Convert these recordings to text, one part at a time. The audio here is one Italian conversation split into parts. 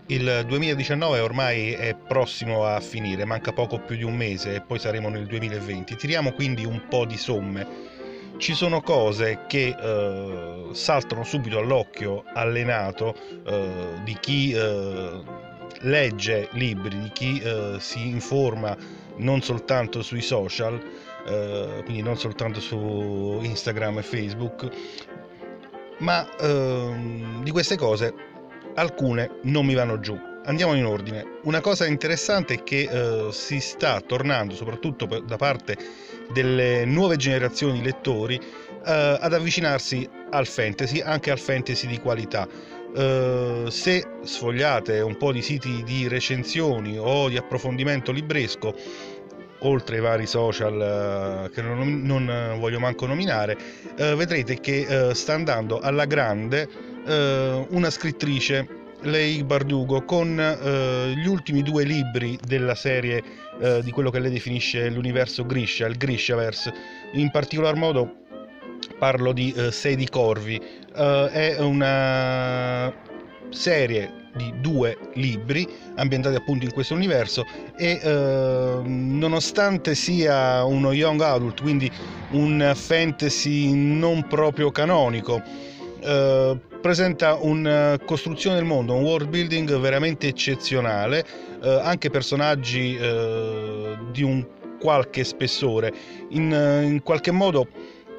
Il 2019 ormai è prossimo a finire, manca poco più di un mese e poi saremo nel 2020. Tiriamo quindi un po' di somme. Ci sono cose che saltano subito all'occhio allenato di chi legge libri, di chi si informa non soltanto sui social, quindi non soltanto su Instagram e Facebook, ma di queste cose alcune non mi vanno giù. Andiamo in ordine. Una cosa interessante è che si sta tornando, soprattutto da parte delle nuove generazioni di lettori, ad avvicinarsi al fantasy, anche al fantasy di qualità. Se sfogliate un po' di siti di recensioni o di approfondimento libresco, oltre ai vari social che non voglio manco nominare, vedrete che sta andando alla grande una scrittrice, lei Bardugo, con gli ultimi due libri della serie di quello che lei definisce l'universo Grisha, il Grishaverse. In particolar modo parlo di Sei di Corvi. È una serie di due libri ambientati appunto in questo universo e nonostante sia uno young adult, quindi un fantasy non proprio canonico, presenta una costruzione del mondo, un world building veramente eccezionale, anche personaggi di un qualche spessore. In qualche modo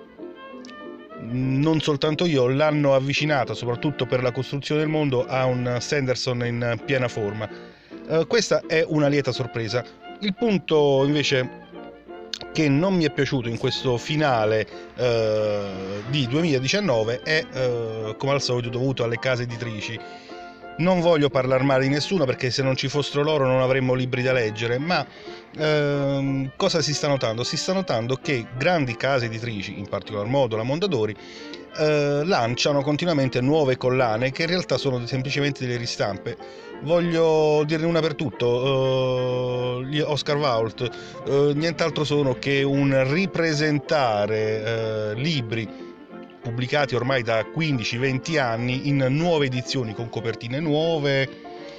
non soltanto io l'hanno avvicinata, soprattutto per la costruzione del mondo, a un Sanderson in piena forma. Questa è una lieta sorpresa. Il punto invece che non mi è piaciuto in questo finale di 2019 è come al solito dovuto alle case editrici. Non voglio parlare male di nessuno, perché se non ci fossero loro non avremmo libri da leggere, ma cosa si sta notando? Si sta notando che grandi case editrici, in particolar modo la Mondadori, lanciano continuamente nuove collane che in realtà sono semplicemente delle ristampe. Voglio dirne una per tutto, gli Oscar Vault nient'altro sono che un ripresentare libri pubblicati ormai da 15-20 anni in nuove edizioni con copertine nuove,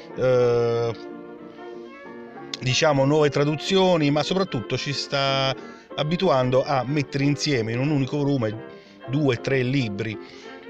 diciamo nuove traduzioni, ma soprattutto ci sta abituando a mettere insieme in un unico volume 2-3 libri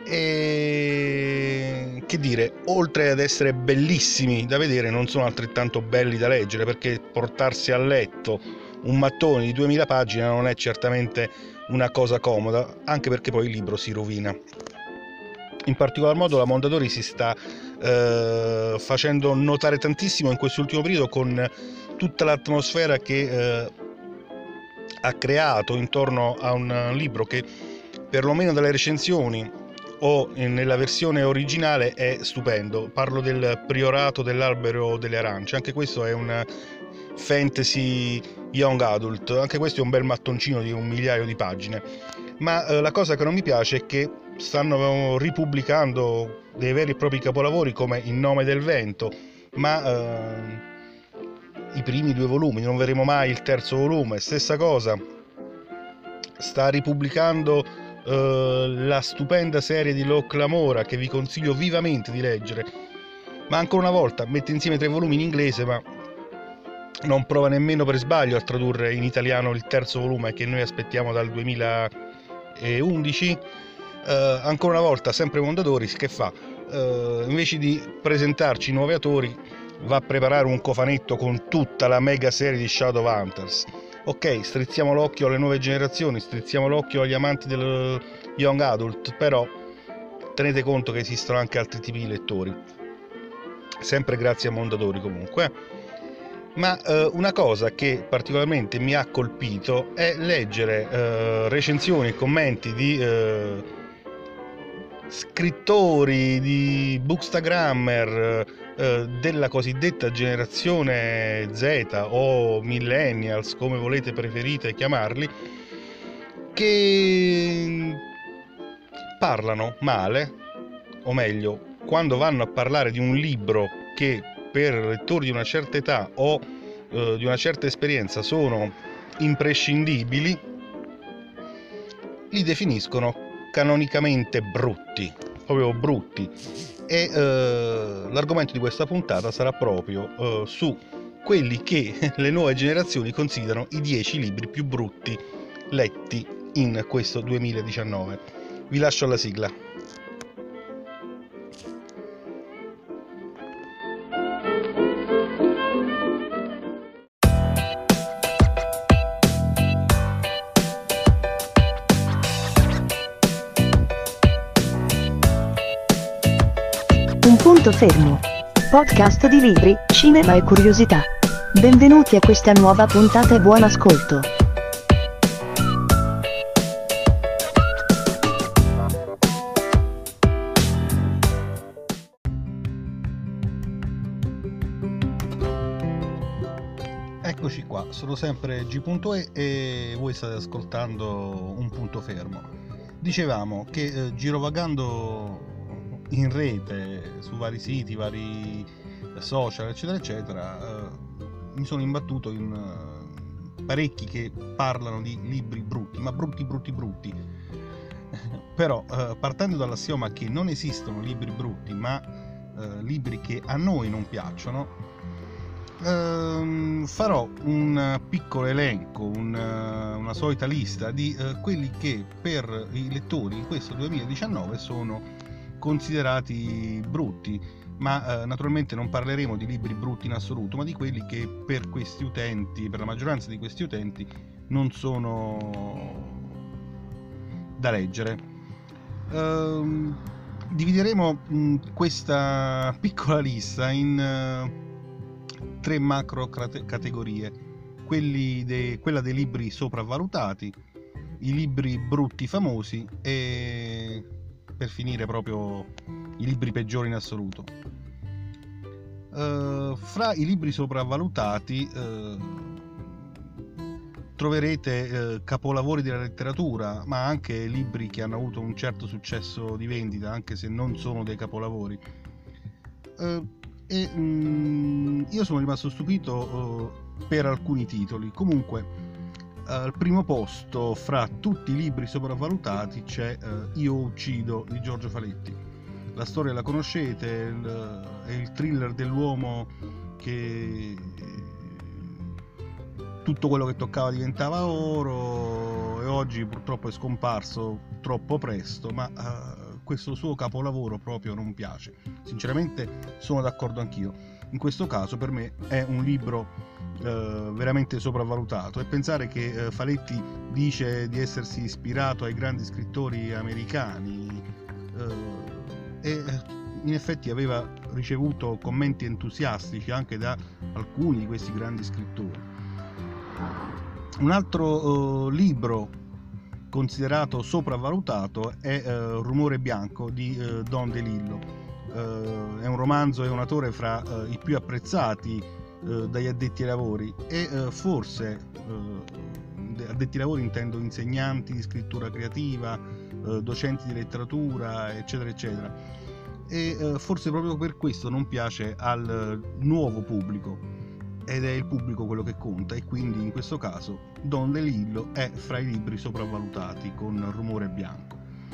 e, che dire, oltre ad essere bellissimi da vedere, non sono altrettanto belli da leggere, perché portarsi a letto un mattone di 2000 pagine non è certamente una cosa comoda, anche perché poi il libro si rovina. In particolar modo la Mondadori si sta facendo notare tantissimo in quest'ultimo periodo con tutta l'atmosfera che ha creato intorno a un libro che, perlomeno dalle recensioni o nella versione originale, è stupendo. Parlo del Priorato dell'Albero delle Arance. Anche questo è un fantasy young adult, anche questo è un bel mattoncino di 1 migliaio di pagine. Ma la cosa che non mi piace è che stanno ripubblicando dei veri e propri capolavori come In nome del vento, ma i primi 2 volumi, non vedremo mai il terzo volume. Stessa cosa, sta ripubblicando la stupenda serie di Locke Lamora, che vi consiglio vivamente di leggere, ma ancora una volta mette insieme 3 volumi in inglese, ma non prova nemmeno per sbaglio a tradurre in italiano il terzo volume che noi aspettiamo dal 2011. Ancora una volta sempre Mondadori che fa? Invece di presentarci nuovi autori, va a preparare un cofanetto con tutta la mega serie di Shadowhunters. Ok, strizziamo l'occhio alle nuove generazioni, strizziamo l'occhio agli amanti del young adult, però tenete conto che esistono anche altri tipi di lettori, sempre grazie a Mondadori comunque. Ma una cosa che particolarmente mi ha colpito è leggere recensioni e commenti di scrittori, di bookstagrammer della cosiddetta generazione Z o millennials, come volete preferite chiamarli, che parlano male, o meglio, quando vanno a parlare di un libro che per lettori di una certa età o di una certa esperienza sono imprescindibili, li definiscono canonicamente brutti. proprio brutti. E l'argomento di questa puntata sarà proprio su quelli che le nuove generazioni considerano i 10 libri più brutti letti in questo 2019. Vi lascio alla sigla. Un punto fermo. Podcast di libri, cinema e curiosità. Benvenuti a questa nuova puntata e buon ascolto. Eccoci qua, sono sempre G.E e voi state ascoltando Un punto fermo. Dicevamo che girovagando in rete, su vari siti, vari social, eccetera, eccetera, mi sono imbattuto in parecchi che parlano di libri brutti, ma brutti. Però, partendo dall'assioma che non esistono libri brutti, ma libri che a noi non piacciono, farò un piccolo elenco, una solita lista di quelli che per i lettori in questo 2019 sono considerati brutti, ma naturalmente non parleremo di libri brutti in assoluto, ma di quelli che per questi utenti, per la maggioranza di questi utenti, non sono da leggere. Divideremo questa piccola lista in 3 macro categorie: quella dei libri sopravvalutati, i libri brutti famosi e per finire proprio i libri peggiori in assoluto. Fra i libri sopravvalutati troverete capolavori della letteratura, ma anche libri che hanno avuto un certo successo di vendita, anche se non sono dei capolavori. Io sono rimasto stupito per alcuni titoli. Comunque, al primo posto fra tutti i libri sopravvalutati c'è Io uccido di Giorgio Faletti. La storia la conoscete, è il thriller dell'uomo che tutto quello che toccava diventava oro, e oggi purtroppo è scomparso troppo presto, ma questo suo capolavoro proprio non piace. Sinceramente sono d'accordo anch'io. In questo caso per me è un libro veramente sopravvalutato, e pensare che Faletti dice di essersi ispirato ai grandi scrittori americani e in effetti aveva ricevuto commenti entusiastici anche da alcuni di questi grandi scrittori. Un altro libro considerato sopravvalutato è Rumore bianco di Don DeLillo. È un romanzo e un autore fra i più apprezzati dagli addetti ai lavori, e forse addetti ai lavori intendo insegnanti di scrittura creativa, docenti di letteratura, eccetera eccetera, e forse proprio per questo non piace al nuovo pubblico, ed è il pubblico quello che conta, e quindi in questo caso Don DeLillo è fra i libri sopravvalutati con Rumore bianco.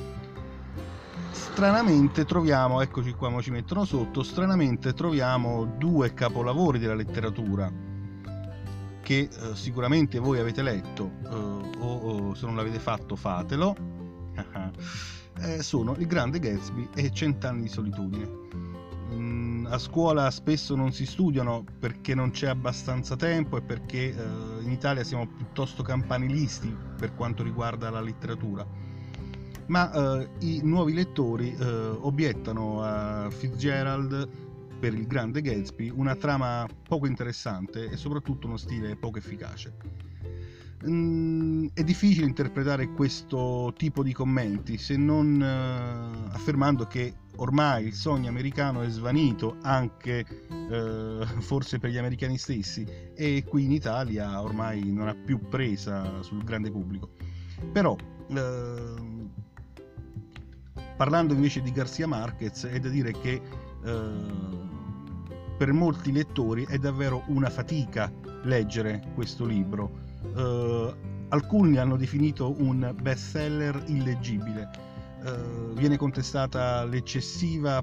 Stranamente troviamo, eccoci qua, mo ci mettono sotto, stranamente troviamo 2 capolavori della letteratura che sicuramente voi avete letto, o se non l'avete fatto fatelo. Sono Il Grande Gatsby e Cent'anni di solitudine. A scuola spesso non si studiano perché non c'è abbastanza tempo e perché in Italia siamo piuttosto campanilisti per quanto riguarda la letteratura, ma i nuovi lettori obiettano a Fitzgerald per Il Grande Gatsby una trama poco interessante e soprattutto uno stile poco efficace. È difficile interpretare questo tipo di commenti se non affermando che ormai il sogno americano è svanito anche forse per gli americani stessi, e qui in Italia ormai non ha più presa sul grande pubblico. Però parlando invece di García Márquez, è da dire che per molti lettori è davvero una fatica leggere questo libro. Alcuni hanno definito un bestseller illeggibile. viene contestata l'eccessivo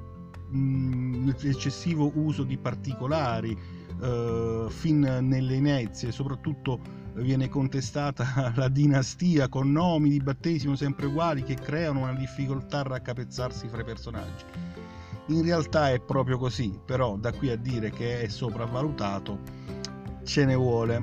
uso di particolari fin nelle inezie, soprattutto viene contestata la dinastia con nomi di battesimo sempre uguali che creano una difficoltà a raccapezzarsi fra i personaggi. In realtà è proprio così, però da qui a dire che è sopravvalutato ce ne vuole.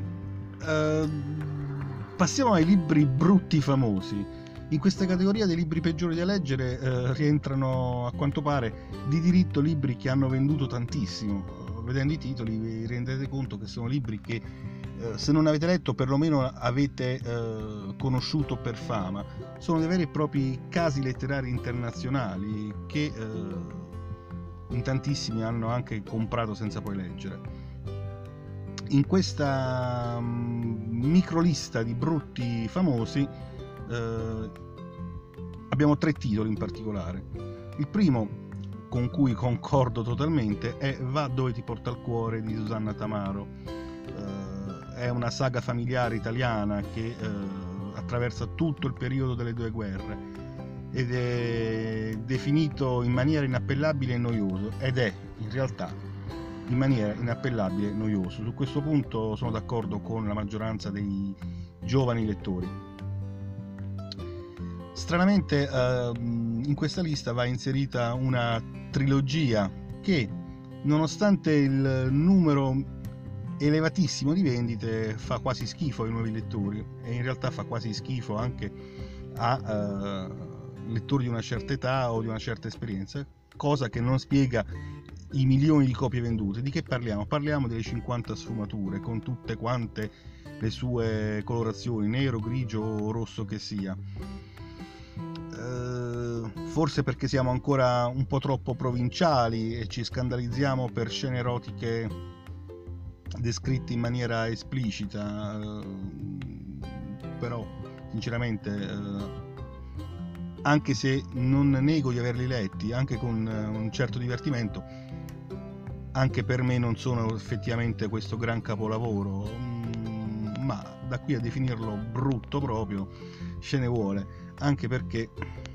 Passiamo ai libri brutti famosi. In questa categoria dei libri peggiori da leggere rientrano, a quanto pare, di diritto libri che hanno venduto tantissimo. Vedendo i titoli vi rendete conto che sono libri che se non avete letto perlomeno avete conosciuto per fama. Sono dei veri e propri casi letterari internazionali che in tantissimi hanno anche comprato senza poi leggere. In questa microlista di brutti famosi abbiamo 3 titoli in particolare. Il primo, con cui concordo totalmente, è Va dove ti porta il cuore di Susanna Tamaro. È una saga familiare italiana che attraversa tutto il periodo delle 2 guerre ed è definito in maniera inappellabile e noioso, ed è in realtà in maniera inappellabile e noioso. Su questo punto sono d'accordo con la maggioranza dei giovani lettori. Stranamente in questa lista va inserita una trilogia che, nonostante il numero elevatissimo di vendite, fa quasi schifo ai nuovi lettori, e in realtà fa quasi schifo anche a lettori di una certa età o di una certa esperienza, cosa che non spiega i milioni di copie vendute. Di che parliamo? Parliamo delle 50 sfumature, con tutte quante le sue colorazioni, nero, grigio o rosso che sia. Forse perché siamo ancora un po' troppo provinciali e ci scandalizziamo per scene erotiche descritte in maniera esplicita, però sinceramente, anche se non nego di averli letti, anche con un certo divertimento, anche per me non sono effettivamente questo gran capolavoro, ma da qui a definirlo brutto proprio ce ne vuole. Anche perché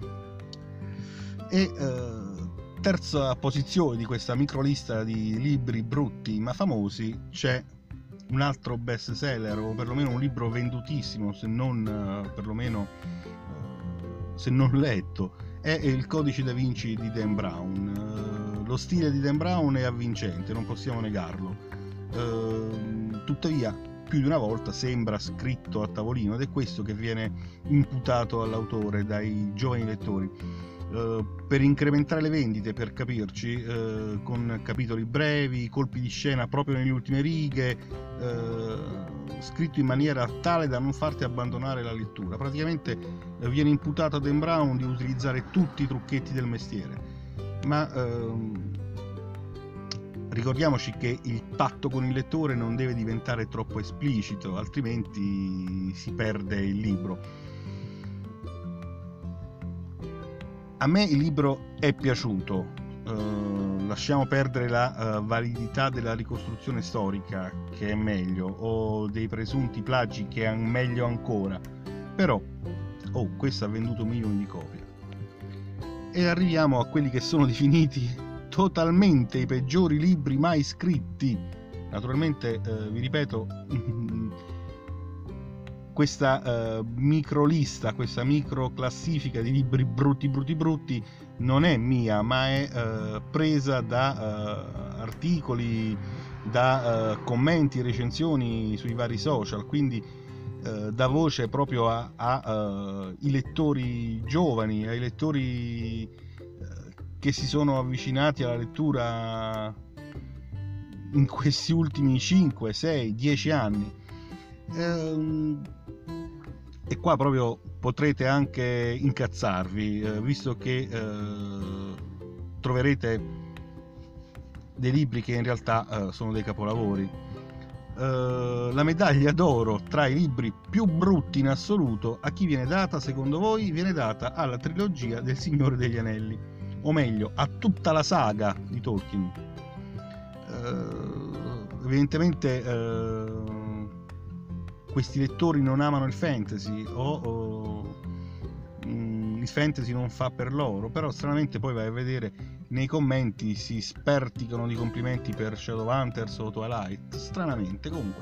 terza posizione di questa microlista di libri brutti ma famosi c'è un altro best seller, o perlomeno un libro vendutissimo, se non perlomeno se non letto, è Il Codice da Vinci di Dan Brown. Lo stile di Dan Brown è avvincente, non possiamo negarlo, tuttavia più di una volta sembra scritto a tavolino, ed è questo che viene imputato all'autore dai giovani lettori, per incrementare le vendite, per capirci, con capitoli brevi, colpi di scena proprio nelle ultime righe, scritto in maniera tale da non farti abbandonare la lettura. Praticamente viene imputato a Dan Brown di utilizzare tutti i trucchetti del mestiere, ma ricordiamoci che il patto con il lettore non deve diventare troppo esplicito, altrimenti si perde il libro. A me il libro è piaciuto, lasciamo perdere la validità della ricostruzione storica, che è meglio, o dei presunti plagi, che è meglio ancora, però questo ha venduto milioni di copie. E arriviamo a quelli che sono definiti totalmente i peggiori libri mai scritti. Naturalmente, vi ripeto, questa microlista, questa micro classifica di libri brutti non è mia, ma è presa da articoli, da commenti, recensioni sui vari social, quindi dà voce proprio ai lettori giovani, ai lettori che si sono avvicinati alla lettura in questi ultimi 5, 6, 10 anni. E qua proprio potrete anche incazzarvi, visto che troverete dei libri che in realtà sono dei capolavori. La medaglia d'oro tra i libri più brutti in assoluto a chi viene data, secondo voi? Viene data alla trilogia del Signore degli Anelli, o meglio a tutta la saga di Tolkien. Evidentemente questi lettori non amano il fantasy, o li fantasy non fa per loro, però stranamente poi vai a vedere nei commenti si sperticano di complimenti per Shadowhunters o Twilight, stranamente. Comunque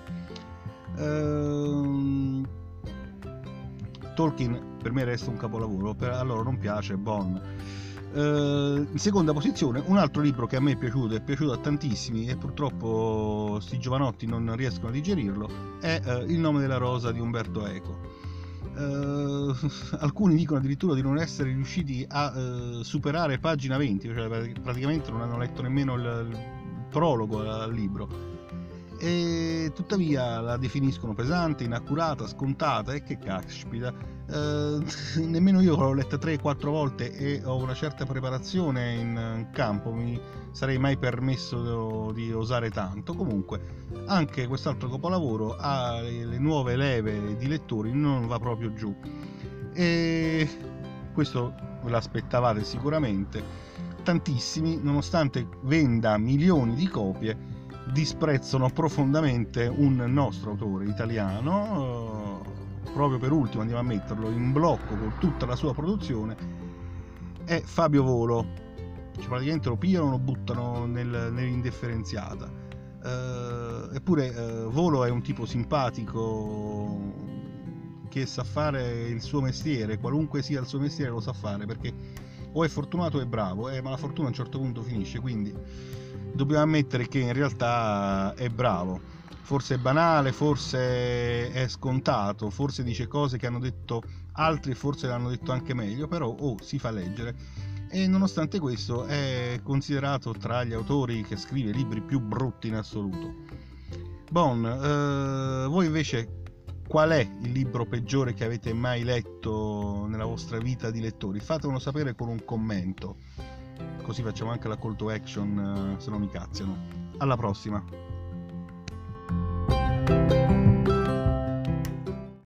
Tolkien per me resta un capolavoro, a loro non piace Bon. In seconda posizione un altro libro che a me è piaciuto a tantissimi e purtroppo sti giovanotti non riescono a digerirlo, è Il nome della rosa di Umberto Eco. Alcuni dicono addirittura di non essere riusciti a superare pagina 20, cioè praticamente non hanno letto nemmeno il prologo al libro, e tuttavia la definiscono pesante, inaccurata, scontata, e che caspita, nemmeno io l'ho letta 3-4 volte e ho una certa preparazione in campo, mi sarei mai permesso di osare tanto. Comunque anche quest'altro capolavoro ha le nuove leve di lettori, non va proprio giù, e questo ve l'aspettavate sicuramente. Tantissimi, nonostante venda milioni di copie, disprezzano profondamente un nostro autore italiano. Proprio per ultimo andiamo a metterlo in blocco con tutta la sua produzione, è Fabio Volo. Cioè, praticamente lo pigliano, lo buttano nell'indifferenziata. Eppure Volo è un tipo simpatico che sa fare il suo mestiere, qualunque sia il suo mestiere lo sa fare, perché o è fortunato o è bravo, ma la fortuna a un certo punto finisce, quindi dobbiamo ammettere che in realtà è bravo. Forse è banale, forse è scontato, forse dice cose che hanno detto altri, forse l'hanno detto anche meglio, però si fa leggere, e nonostante questo è considerato tra gli autori che scrive libri più brutti in assoluto. Voi invece qual è il libro peggiore che avete mai letto nella vostra vita di lettori? Fatemelo sapere con un commento, così facciamo anche la call to action, se no mi cazziano. Alla prossima!